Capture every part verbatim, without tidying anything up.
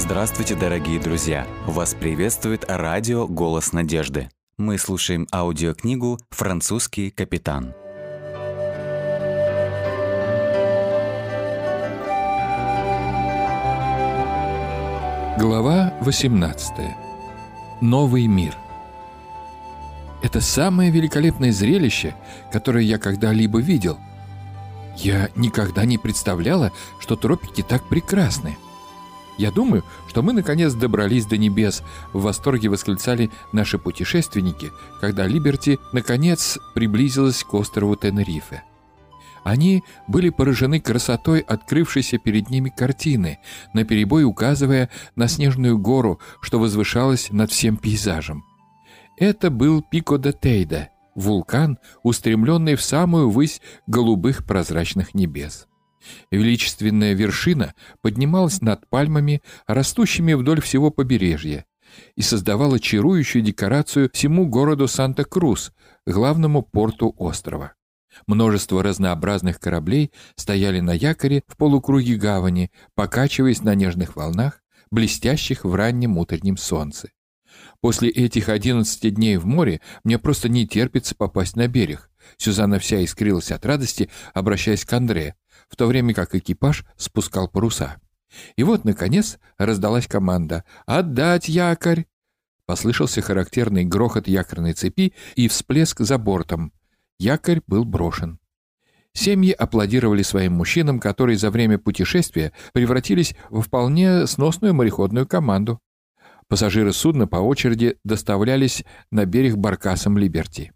Здравствуйте, дорогие друзья! Вас приветствует радио «Голос надежды». Мы слушаем аудиокнигу «Французский капитан». Глава восемнадцатая. Новый мир. Это самое великолепное зрелище, которое я когда-либо видел. Я никогда не представляла, что тропики так прекрасны. Я думаю, что мы наконец добрались до небес, в восторге восклицали наши путешественники, когда Либерти наконец приблизилась к острову Тенерифе. Они были поражены красотой открывшейся перед ними картины, наперебой указывая на снежную гору, что возвышалась над всем пейзажем. Это был Пико де Тейда, вулкан, устремленный в самую высь голубых прозрачных небес. Величественная вершина поднималась над пальмами, растущими вдоль всего побережья, и создавала чарующую декорацию всему городу Санта-Крус, главному порту острова. Множество разнообразных кораблей стояли на якоре в полукруге гавани, покачиваясь на нежных волнах, блестящих в раннем утреннем солнце. После этих одиннадцати дней в море мне просто не терпится попасть на берег. Сюзанна вся искрилась от радости, обращаясь к Андре, в то время как экипаж спускал паруса. И вот, наконец, раздалась команда «Отдать якорь!». Послышался характерный грохот якорной цепи и всплеск за бортом. Якорь был брошен. Семьи аплодировали своим мужчинам, которые за время путешествия превратились во вполне сносную мореходную команду. Пассажиры судна по очереди доставлялись на берег баркасом Либерти.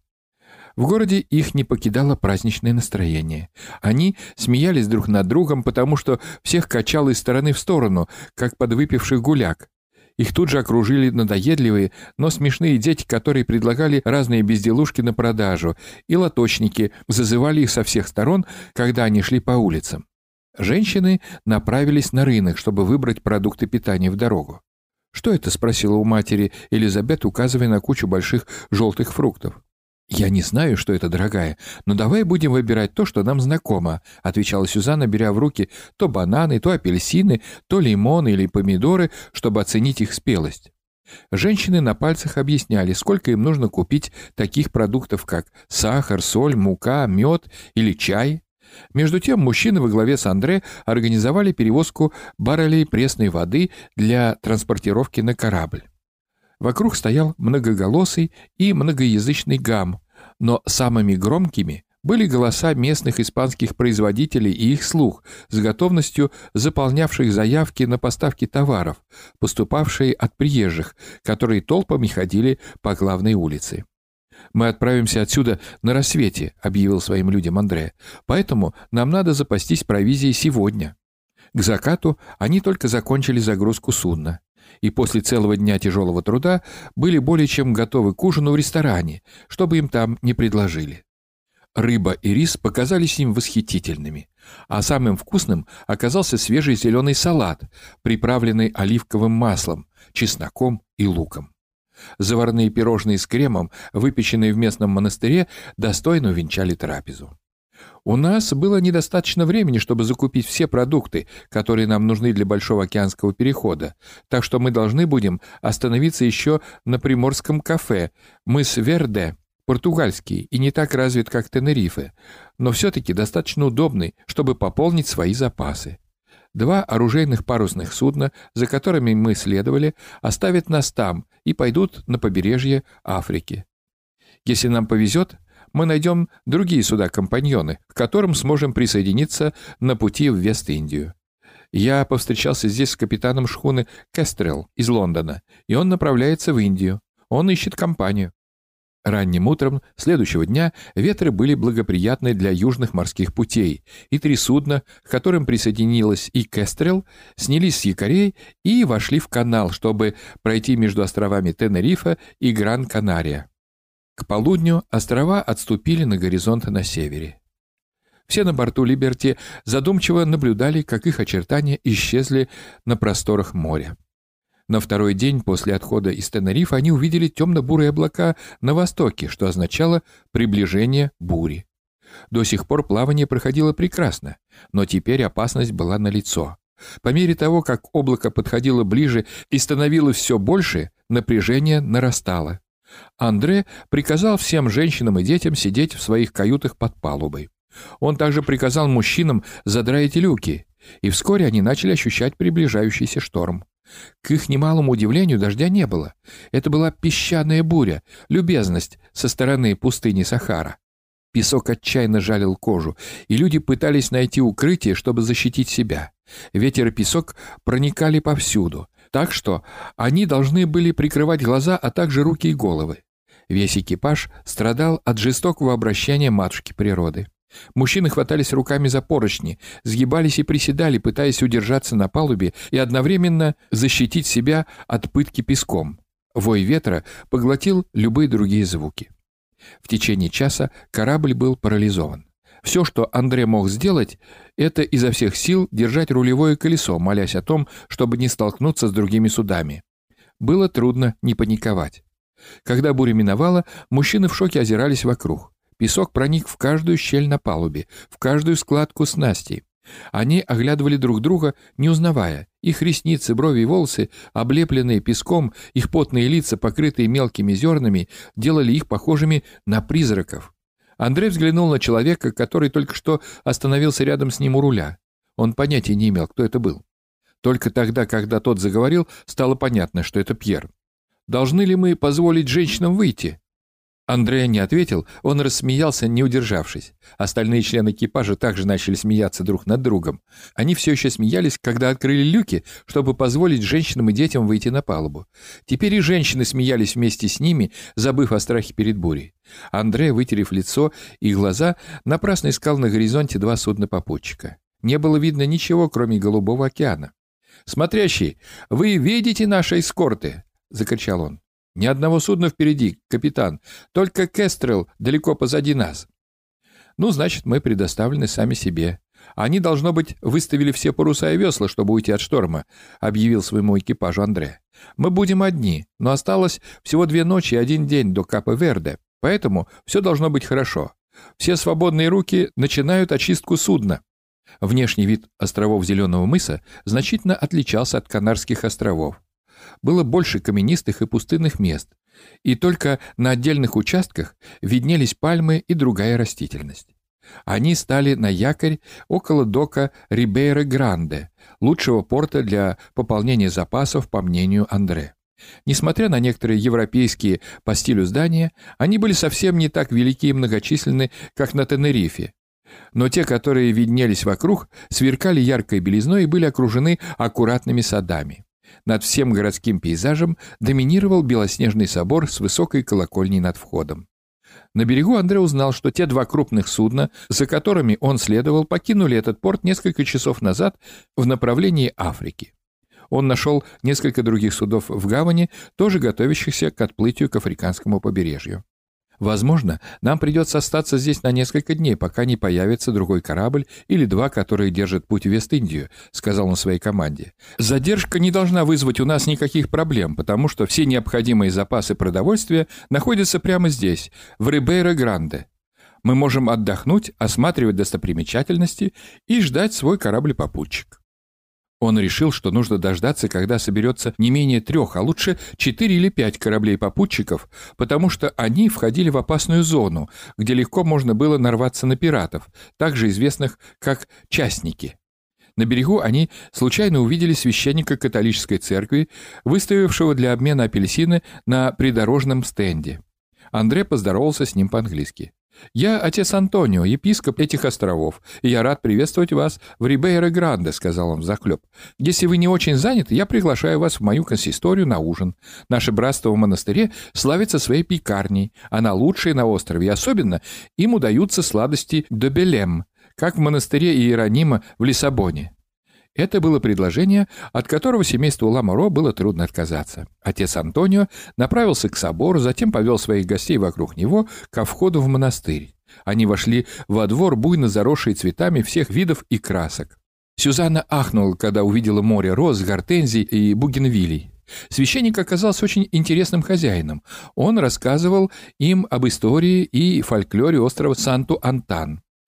В городе их не покидало праздничное настроение. Они смеялись друг над другом, потому что всех качало из стороны в сторону, как подвыпивших гуляк. Их тут же окружили надоедливые, но смешные дети, которые предлагали разные безделушки на продажу, и лоточники зазывали их со всех сторон, когда они шли по улицам. Женщины направились на рынок, чтобы выбрать продукты питания в дорогу. «Что это?» — спросила у матери Элизабет, указывая на кучу больших желтых фруктов. «Я не знаю, что это, дорогая, но давай будем выбирать то, что нам знакомо», — отвечала Сюзанна, беря в руки то бананы, то апельсины, то лимоны или помидоры, чтобы оценить их спелость. Женщины на пальцах объясняли, сколько им нужно купить таких продуктов, как сахар, соль, мука, мед или чай. Между тем мужчины во главе с Андре организовали перевозку баррелей пресной воды для транспортировки на корабль. Вокруг стоял многоголосый и многоязычный гам, но самыми громкими были голоса местных испанских производителей и их слух, с готовностью заполнявших заявки на поставки товаров, поступавшие от приезжих, которые толпами ходили по главной улице. «Мы отправимся отсюда на рассвете», — объявил своим людям Андре, «поэтому нам надо запастись провизией сегодня». К закату они только закончили загрузку судна, и после целого дня тяжелого труда были более чем готовы к ужину в ресторане, чтобы им там не предложили. Рыба и рис показались им восхитительными, а самым вкусным оказался свежий зеленый салат, приправленный оливковым маслом, чесноком и луком. Заварные пирожные с кремом, выпеченные в местном монастыре, достойно увенчали трапезу. У нас было недостаточно времени, чтобы закупить все продукты, которые нам нужны для Большого океанского перехода, так что мы должны будем остановиться еще на приморском кафе. Мыс Верде португальский и не так развит, как Тенерифе, но все-таки достаточно удобный, чтобы пополнить свои запасы. Два оружейных парусных судна, за которыми мы следовали, оставят нас там и пойдут на побережье Африки. Если нам повезет, мы найдем другие суда-компаньоны, к которым сможем присоединиться на пути в Вест-Индию. Я повстречался здесь с капитаном шхуны Кестрел из Лондона, и он направляется в Индию. Он ищет компанию. Ранним утром следующего дня ветры были благоприятны для южных морских путей, и три судна, к которым присоединилась и Кестрел, снялись с якорей и вошли в канал, чтобы пройти между островами Тенерифе и Гран-Канария. К полудню острова отступили на горизонт на севере. Все на борту Либерти задумчиво наблюдали, как их очертания исчезли на просторах моря. На второй день после отхода из Тенерифе они увидели темно-бурые облака на востоке, что означало приближение бури. До сих пор плавание проходило прекрасно, но теперь опасность была налицо. По мере того, как облако подходило ближе и становилось все больше, напряжение нарастало. Андре приказал всем женщинам и детям сидеть в своих каютах под палубой. Он также приказал мужчинам задраить люки, и вскоре они начали ощущать приближающийся шторм. К их немалому удивлению дождя не было. Это была песчаная буря, любезность со стороны пустыни Сахара. Песок отчаянно жалил кожу, и люди пытались найти укрытие, чтобы защитить себя. Ветер и песок проникали повсюду, так что они должны были прикрывать глаза, а также руки и головы. Весь экипаж страдал от жестокого обращения матушки природы. Мужчины хватались руками за поручни, сгибались и приседали, пытаясь удержаться на палубе и одновременно защитить себя от пытки песком. Вой ветра поглотил любые другие звуки. В течение часа корабль был парализован. Все, что Андре мог сделать, это изо всех сил держать рулевое колесо, молясь о том, чтобы не столкнуться с другими судами. Было трудно не паниковать. Когда буря миновала, мужчины в шоке озирались вокруг. Песок проник в каждую щель на палубе, в каждую складку снастей. Они оглядывали друг друга, не узнавая. Их ресницы, брови и волосы, облепленные песком, их потные лица, покрытые мелкими зернами, делали их похожими на призраков. Андрей взглянул на человека, который только что остановился рядом с ним у руля. Он понятия не имел, кто это был. Только тогда, когда тот заговорил, стало понятно, что это Пьер. «Должны ли мы позволить женщинам выйти?» Андреа не ответил, он рассмеялся, не удержавшись. Остальные члены экипажа также начали смеяться друг над другом. Они все еще смеялись, когда открыли люки, чтобы позволить женщинам и детям выйти на палубу. Теперь и женщины смеялись вместе с ними, забыв о страхе перед бурей. Андреа, вытерев лицо и глаза, напрасно искал на горизонте два судна-попутчика. Не было видно ничего, кроме голубого океана. «Смотрящий, вы видите наши эскорты?» — закричал он. «Ни одного судна впереди, капитан. Только Кестрел далеко позади нас». «Ну, значит, мы предоставлены сами себе. Они, должно быть, выставили все паруса и весла, чтобы уйти от шторма», — объявил своему экипажу Андре. «Мы будем одни, но осталось всего две ночи и один день до Капо-Верде, поэтому все должно быть хорошо. Все свободные руки начинают очистку судна». Внешний вид островов Зеленого мыса значительно отличался от Канарских островов. Было больше каменистых и пустынных мест, и только на отдельных участках виднелись пальмы и другая растительность. Они стали на якорь около дока Рибейро-Гранде, лучшего порта для пополнения запасов, по мнению Андре. Несмотря на некоторые европейские по стилю здания, они были совсем не так велики и многочисленны, как на Тенерифе. Но те, которые виднелись вокруг, сверкали яркой белизной и были окружены аккуратными садами. Над всем городским пейзажем доминировал белоснежный собор с высокой колокольней над входом. На берегу Андре узнал, что те два крупных судна, за которыми он следовал, покинули этот порт несколько часов назад в направлении Африки. Он нашел несколько других судов в гавани, тоже готовящихся к отплытию к африканскому побережью. «Возможно, нам придется остаться здесь на несколько дней, пока не появится другой корабль или два, которые держат путь в Вест-Индию», — сказал он своей команде. «Задержка не должна вызвать у нас никаких проблем, потому что все необходимые запасы продовольствия находятся прямо здесь, в Рибейро-Гранде. Мы можем отдохнуть, осматривать достопримечательности и ждать свой корабль-попутчик». Он решил, что нужно дождаться, когда соберется не менее трех, а лучше четыре или пять кораблей-попутчиков, потому что они входили в опасную зону, где легко можно было нарваться на пиратов, также известных как частники. На берегу они случайно увидели священника католической церкви, выставившего для обмена апельсины на придорожном стенде. Андре поздоровался с ним по-английски. «Я отец Антонио, епископ этих островов, и я рад приветствовать вас в Рибейро-Гранде», — сказал он взахлеб. «Если вы не очень заняты, я приглашаю вас в мою консисторию на ужин. Наше братство в монастыре славится своей пекарней, она лучшая на острове, и особенно им удаются сладости де Белем, как в монастыре Иеронима в Лиссабоне». Это было предложение, от которого семейству Ламоро было трудно отказаться. Отец Антонио направился к собору, затем повел своих гостей вокруг него ко входу в монастырь. Они вошли во двор, буйно заросший цветами всех видов и красок. Сюзанна ахнула, когда увидела море роз, гортензий и бугенвилей. Священник оказался очень интересным хозяином. Он рассказывал им об истории и фольклоре острова Санту-Антан.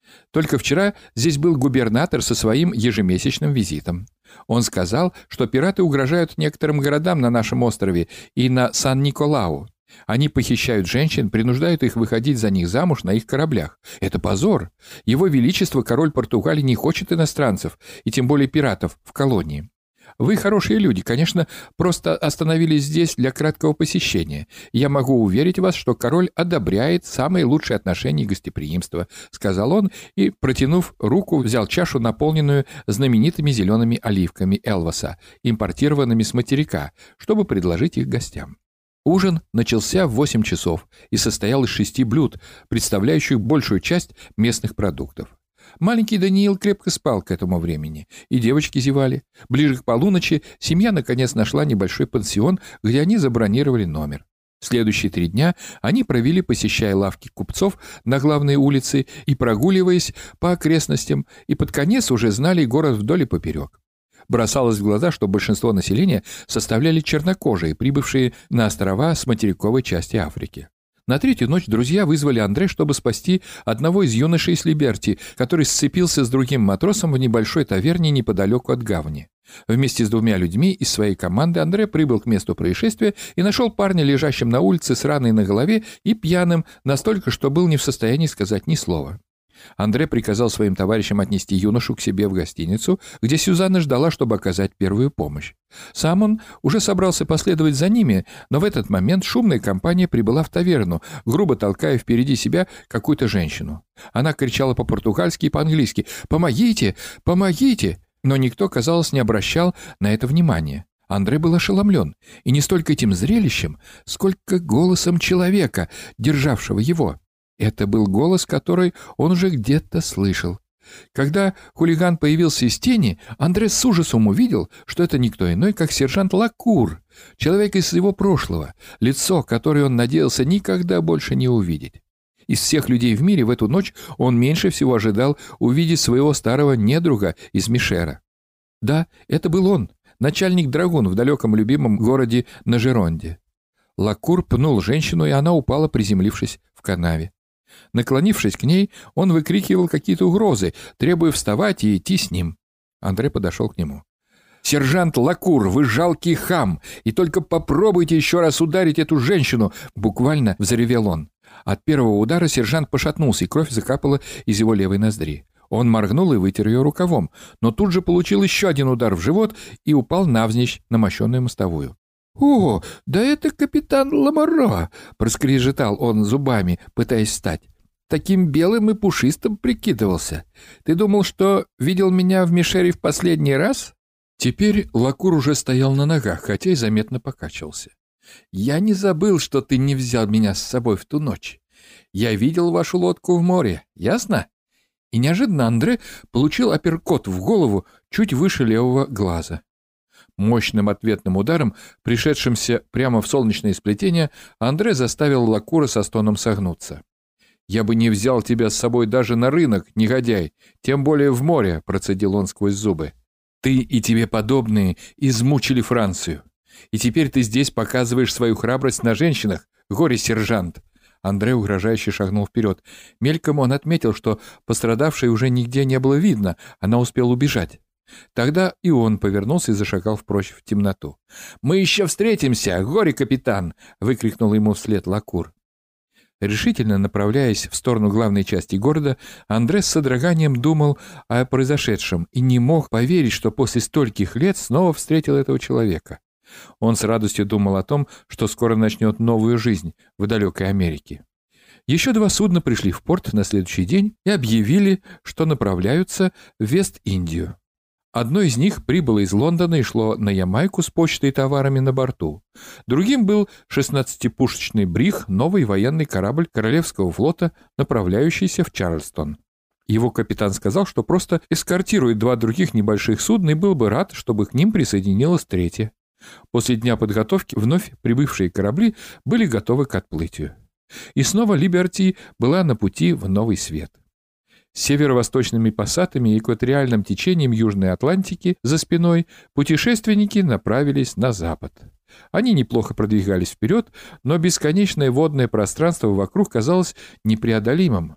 Только вчера здесь был губернатор со своим ежемесячным визитом. Он сказал, что пираты угрожают некоторым городам на нашем острове и на Сан-Николау. Они похищают женщин, принуждают их выходить за них замуж на их кораблях. Это позор. Его Величество, король Португалии, не хочет иностранцев, и тем более пиратов, в колонии. Вы хорошие люди, конечно, просто остановились здесь для краткого посещения. Я могу уверить вас, что король одобряет самые лучшие отношения и гостеприимство», — сказал он и, протянув руку, взял чашу, наполненную знаменитыми зелеными оливками Элваса, импортированными с материка, чтобы предложить их гостям. Ужин начался в восемь часов и состоял из шести блюд, представляющих большую часть местных продуктов. Маленький Даниил крепко спал к этому времени, и девочки зевали. Ближе к полуночи семья наконец нашла небольшой пансион, где они забронировали номер. Следующие три дня они провели, посещая лавки купцов на главной улице и прогуливаясь по окрестностям, и под конец уже знали город вдоль и поперек. Бросалось в глаза, что большинство населения составляли чернокожие, прибывшие на острова с материковой части Африки. На третью ночь друзья вызвали Андре, чтобы спасти одного из юношей из Либерти, который сцепился с другим матросом в небольшой таверне неподалеку от гавани. Вместе с двумя людьми из своей команды Андре прибыл к месту происшествия и нашел парня, лежащим на улице с раной на голове и пьяным настолько, что был не в состоянии сказать ни слова. Андре приказал своим товарищам отнести юношу к себе в гостиницу, где Сюзанна ждала, чтобы оказать первую помощь. Сам он уже собрался последовать за ними, но в этот момент шумная компания прибыла в таверну, грубо толкая впереди себя какую-то женщину. Она кричала по-португальски и по-английски «Помогите! Помогите!», но никто, казалось, не обращал на это внимания. Андре был ошеломлен, и не столько этим зрелищем, сколько голосом человека, державшего его. Это был голос, который он уже где-то слышал. Когда хулиган появился из тени, Андре с ужасом увидел, что это никто иной, как сержант Лакур, человек из его прошлого, лицо, которое он надеялся никогда больше не увидеть. Из всех людей в мире в эту ночь он меньше всего ожидал увидеть своего старого недруга из Мишера. Да, это был он, начальник драгун в далеком любимом городе на Жеронде. Лакур пнул женщину, и она упала, приземлившись в канаве. Наклонившись к ней, он выкрикивал какие-то угрозы, требуя вставать и идти с ним. Андре подошел к нему. «Сержант Лакур, вы жалкий хам, и только попробуйте еще раз ударить эту женщину!» Буквально взревел он. От первого удара сержант пошатнулся, и кровь закапала из его левой ноздри. Он моргнул и вытер ее рукавом, но тут же получил еще один удар в живот и упал навзничь на мощенную мостовую. «О, да это капитан Ламоро!» — проскрежетал он зубами, пытаясь встать. «Таким белым и пушистым прикидывался. Ты думал, что видел меня в Мишере в последний раз?» Теперь Лакур уже стоял на ногах, хотя и заметно покачивался. «Я не забыл, что ты не взял меня с собой в ту ночь. Я видел вашу лодку в море, ясно?» И неожиданно Андре получил апперкот в голову чуть выше левого глаза. Мощным ответным ударом, пришедшимся прямо в солнечное сплетение, Андре заставил Лакура со стоном согнуться. «Я бы не взял тебя с собой даже на рынок, негодяй, тем более в море», — процедил он сквозь зубы. «Ты и тебе подобные измучили Францию. И теперь ты здесь показываешь свою храбрость на женщинах, горе-сержант». Андре угрожающе шагнул вперед. Мельком он отметил, что пострадавшей уже нигде не было видно, она успела убежать. Тогда и он повернулся и зашагал впрочь в темноту. «Мы еще встретимся, горе-капитан!» — выкрикнул ему вслед Лакур. Решительно направляясь в сторону главной части города, Андре с содроганием думал о произошедшем и не мог поверить, что после стольких лет снова встретил этого человека. Он с радостью думал о том, что скоро начнет новую жизнь в далекой Америке. Еще два судна пришли в порт на следующий день и объявили, что направляются в Вест-Индию. Одно из них прибыло из Лондона и шло на Ямайку с почтой и товарами на борту. Другим был шестнадцатипушечный бриг, новый военный корабль Королевского флота, направляющийся в Чарльстон. Его капитан сказал, что просто эскортирует два других небольших судна и был бы рад, чтобы к ним присоединилось третье. После дня подготовки вновь прибывшие корабли были готовы к отплытию. И снова Либерти была на пути в Новый Свет. С северо-восточными пассатами и экваториальным течением Южной Атлантики за спиной путешественники направились на запад. Они неплохо продвигались вперед, но бесконечное водное пространство вокруг казалось непреодолимым.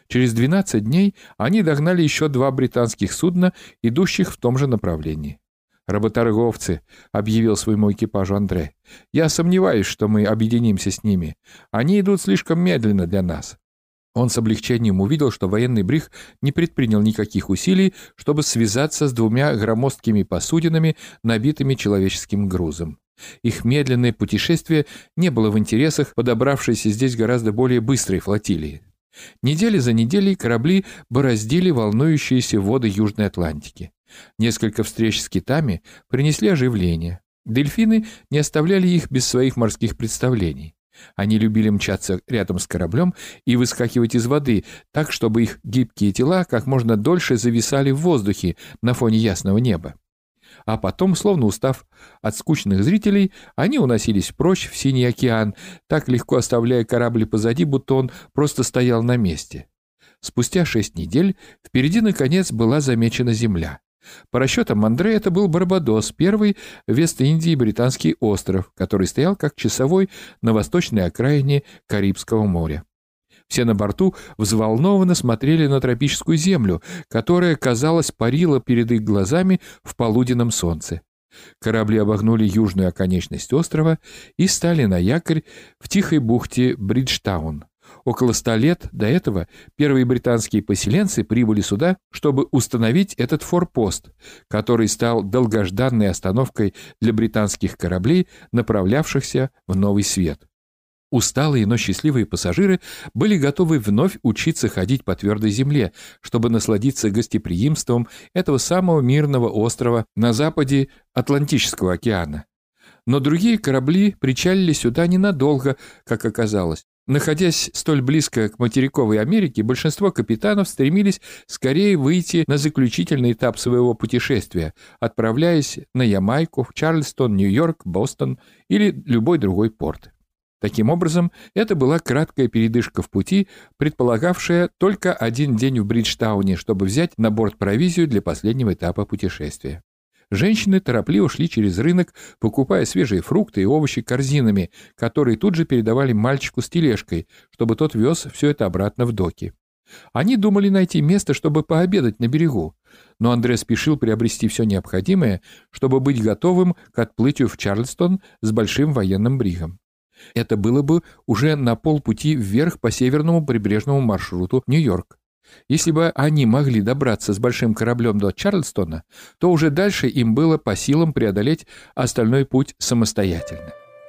Через двенадцать дней они догнали еще два британских судна, идущих в том же направлении. «Работорговцы», — объявил своему экипажу Андре, — «я сомневаюсь, что мы объединимся с ними. Они идут слишком медленно для нас». Он с облегчением увидел, что военный бриг не предпринял никаких усилий, чтобы связаться с двумя громоздкими посудинами, набитыми человеческим грузом. Их медленное путешествие не было в интересах подобравшейся здесь гораздо более быстрой флотилии. Недели за неделей корабли бороздили волнующиеся воды Южной Атлантики. Несколько встреч с китами принесли оживление. Дельфины не оставляли их без своих морских представлений. Они любили мчаться рядом с кораблем и выскакивать из воды так, чтобы их гибкие тела как можно дольше зависали в воздухе на фоне ясного неба. А потом, словно устав от скучных зрителей, они уносились прочь в Синий океан, так легко оставляя корабль позади, будто он просто стоял на месте. Спустя шесть недель впереди, наконец, была замечена земля. По расчетам Андре, это был Барбадос, первый в Вест-Индии британский остров, который стоял как часовой на восточной окраине Карибского моря. Все на борту взволнованно смотрели на тропическую землю, которая, казалось, парила перед их глазами в полуденном солнце. Корабли обогнули южную оконечность острова и стали на якорь в тихой бухте Бриджтаун. Около ста лет до этого первые британские поселенцы прибыли сюда, чтобы установить этот форпост, который стал долгожданной остановкой для британских кораблей, направлявшихся в Новый Свет. Усталые, но счастливые пассажиры были готовы вновь учиться ходить по твердой земле, чтобы насладиться гостеприимством этого самого мирного острова на западе Атлантического океана. Но другие корабли причалили сюда ненадолго, как оказалось. Находясь столь близко к материковой Америке, большинство капитанов стремились скорее выйти на заключительный этап своего путешествия, отправляясь на Ямайку, в Чарльстон, Нью-Йорк, Бостон или любой другой порт. Таким образом, это была краткая передышка в пути, предполагавшая только один день в Бриджтауне, чтобы взять на борт провизию для последнего этапа путешествия. Женщины торопливо шли через рынок, покупая свежие фрукты и овощи корзинами, которые тут же передавали мальчику с тележкой, чтобы тот вез все это обратно в доки. Они думали найти место, чтобы пообедать на берегу, но Андре спешил приобрести все необходимое, чтобы быть готовым к отплытию в Чарльстон с большим военным бригом. Это было бы уже на полпути вверх по северному прибрежному маршруту Нью-Йорк. Если бы они могли добраться с большим кораблем до Чарльстона, то уже дальше им было по силам преодолеть остальной путь самостоятельно.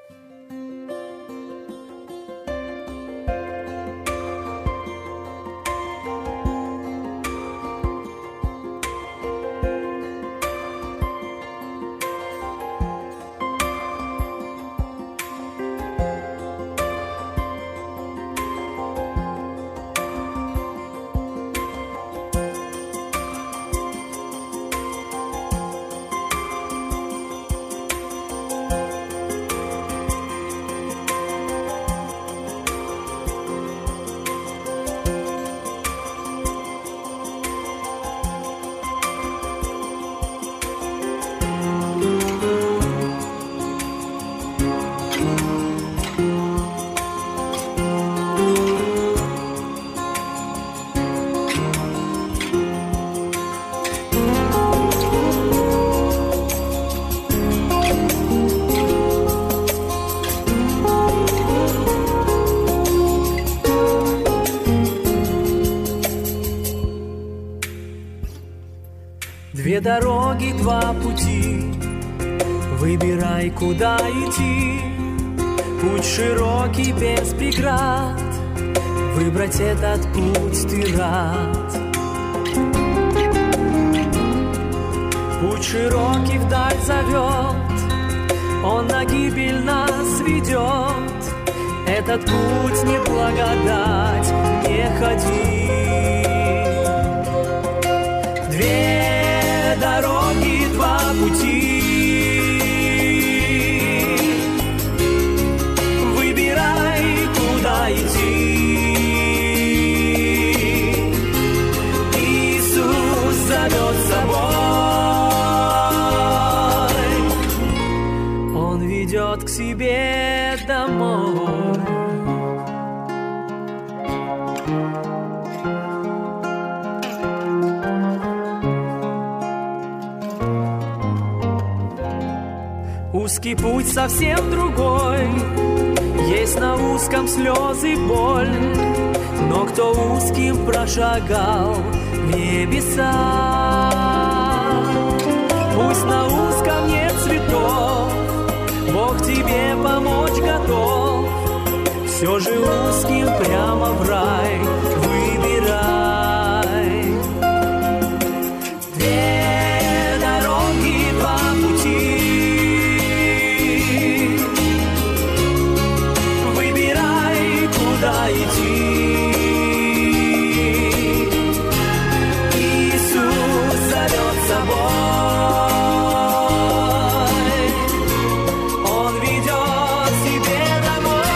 Две дороги, два пути, выбирай, куда идти. Путь широкий, без преград, выбрать этот путь ты рад. Путь широкий вдаль зовет, он на гибель нас ведет. Этот путь не благодать, не ходи. Две дороги, два пути, выбирай, куда идти. Иисус зовет с собой, Он ведет к себе домой. узкий путь совсем другой. Есть на узком слезы, боль, но кто узким прошагал в небеса. Пусть на узком нет цветов, Бог тебе помочь готов. Все же узким прямо в рай выбирай. Две дороги, два пути. Выбирай, куда идти. Иисус зовет с собой. Он ведет себе домой.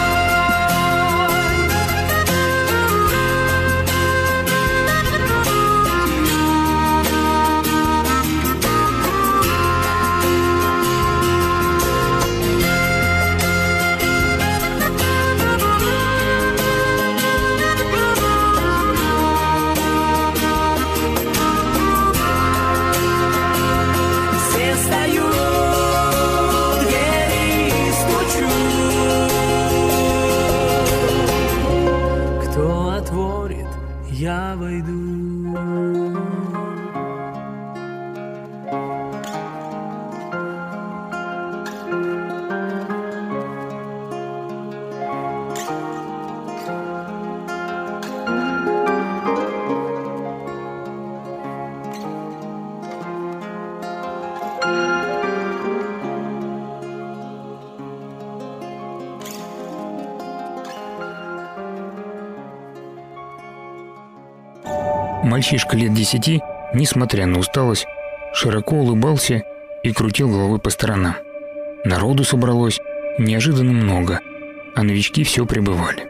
Все стою у двери и стучу. Кто отворит, я войду. Мальчишка лет десяти, несмотря на усталость, широко улыбался и крутил головой по сторонам. Народу собралось неожиданно много, а новички все прибывали.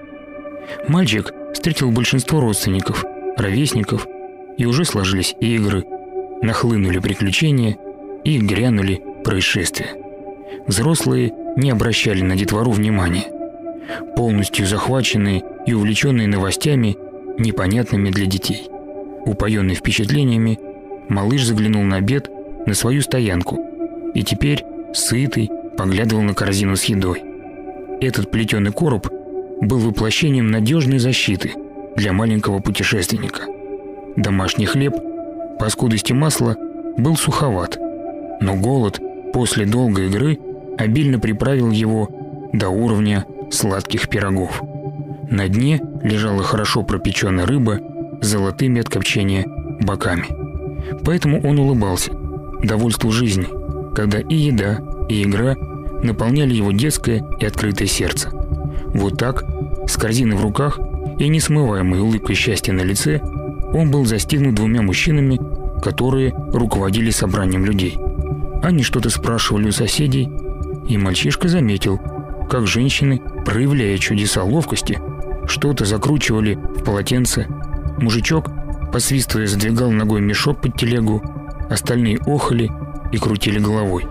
Мальчик встретил большинство родственников, ровесников, и уже сложились игры, нахлынули приключения и грянули происшествия. Взрослые не обращали на детвору внимания, полностью захваченные и увлеченные новостями, непонятными для детей. Упоенный впечатлениями, малыш заглянул на обед на свою стоянку и теперь, сытый, поглядывал на корзину с едой. Этот плетеный короб был воплощением надежной защиты для маленького путешественника. Домашний хлеб, по скудости масла, был суховат, но голод после долгой игры обильно приправил его до уровня сладких пирогов. На дне лежала хорошо пропеченная рыба с золотыми от копчения боками. Поэтому он улыбался, довольству жизни, когда и еда, и игра наполняли его детское и открытое сердце. Вот так, с корзиной в руках и несмываемой улыбкой счастья на лице, он был застигнут двумя мужчинами, которые руководили собранием людей. Они что-то спрашивали у соседей, и мальчишка заметил, как женщины, проявляя чудеса ловкости, что-то закручивали в полотенце. Мужичок, посвистывая, задвигал ногой мешок под телегу, остальные охали и крутили головой.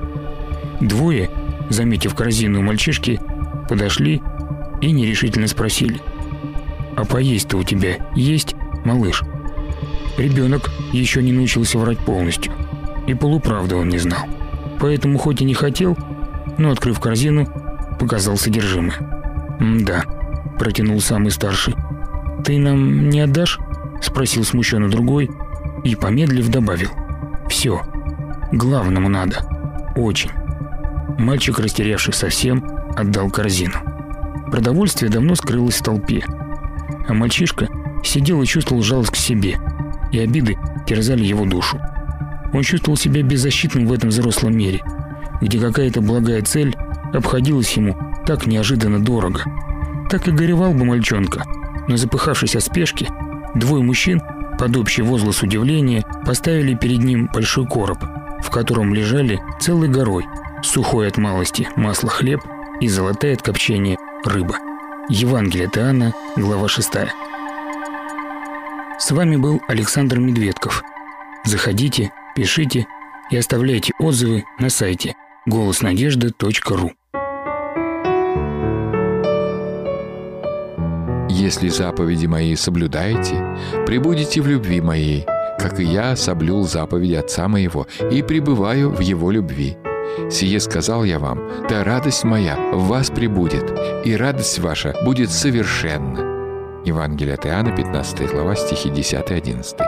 Двое, заметив корзину у мальчишки, подошли и нерешительно спросили: «А поесть-то у тебя есть, малыш?» Ребенок еще не научился врать полностью, и полуправды он не знал. Поэтому хоть и не хотел, но, открыв корзину, показал содержимое. «М-да», — протянул самый старший. «Ты нам не отдашь?» — спросил смущенно другой и, помедлив, добавил: «Все, главному надо. Очень». Мальчик, растерявший совсем, отдал корзину. Продовольствие давно скрылось в толпе, а мальчишка сидел и чувствовал жалость к себе, и обиды терзали его душу. Он чувствовал себя беззащитным в этом взрослом мире, где какая-то благая цель обходилась ему так неожиданно дорого. Так и горевал бы мальчонка, но, запыхавшись от спешки, двое мужчин, под общий возглас удивления, поставили перед ним большой короб, в котором лежали целой горой сухой от малости масло хлеб и золотая от копчения рыба. Евангелие от Иоанна, глава шестая. С вами был Александр Медведков. Заходите, пишите и оставляйте отзывы на сайте голос надежды точка ру. Если заповеди мои соблюдаете, пребудете в любви моей, как и я соблюл заповеди Отца моего и пребываю в его любви. «Сие сказал я вам, да радость моя в вас пребудет, и радость ваша будет совершенна». Евангелие от Иоанна, пятнадцатая глава, стихи десятый-одиннадцатый.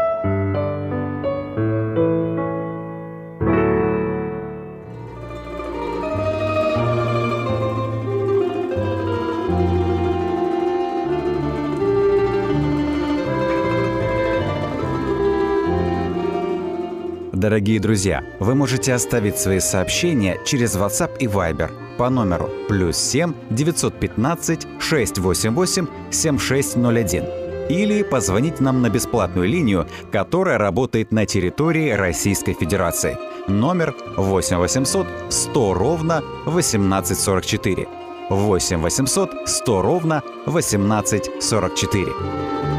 Дорогие друзья, вы можете оставить свои сообщения через WhatsApp и Viber по номеру плюс семь девятьсот пятнадцать шестьсот восемьдесят восемь семьдесят шесть ноль один или позвонить нам на бесплатную линию, которая работает на территории Российской Федерации. Номер восемь восемьсот сто ровно восемнадцать сорок четыре. восемь восемьсот сто ровно восемнадцать сорок четыре.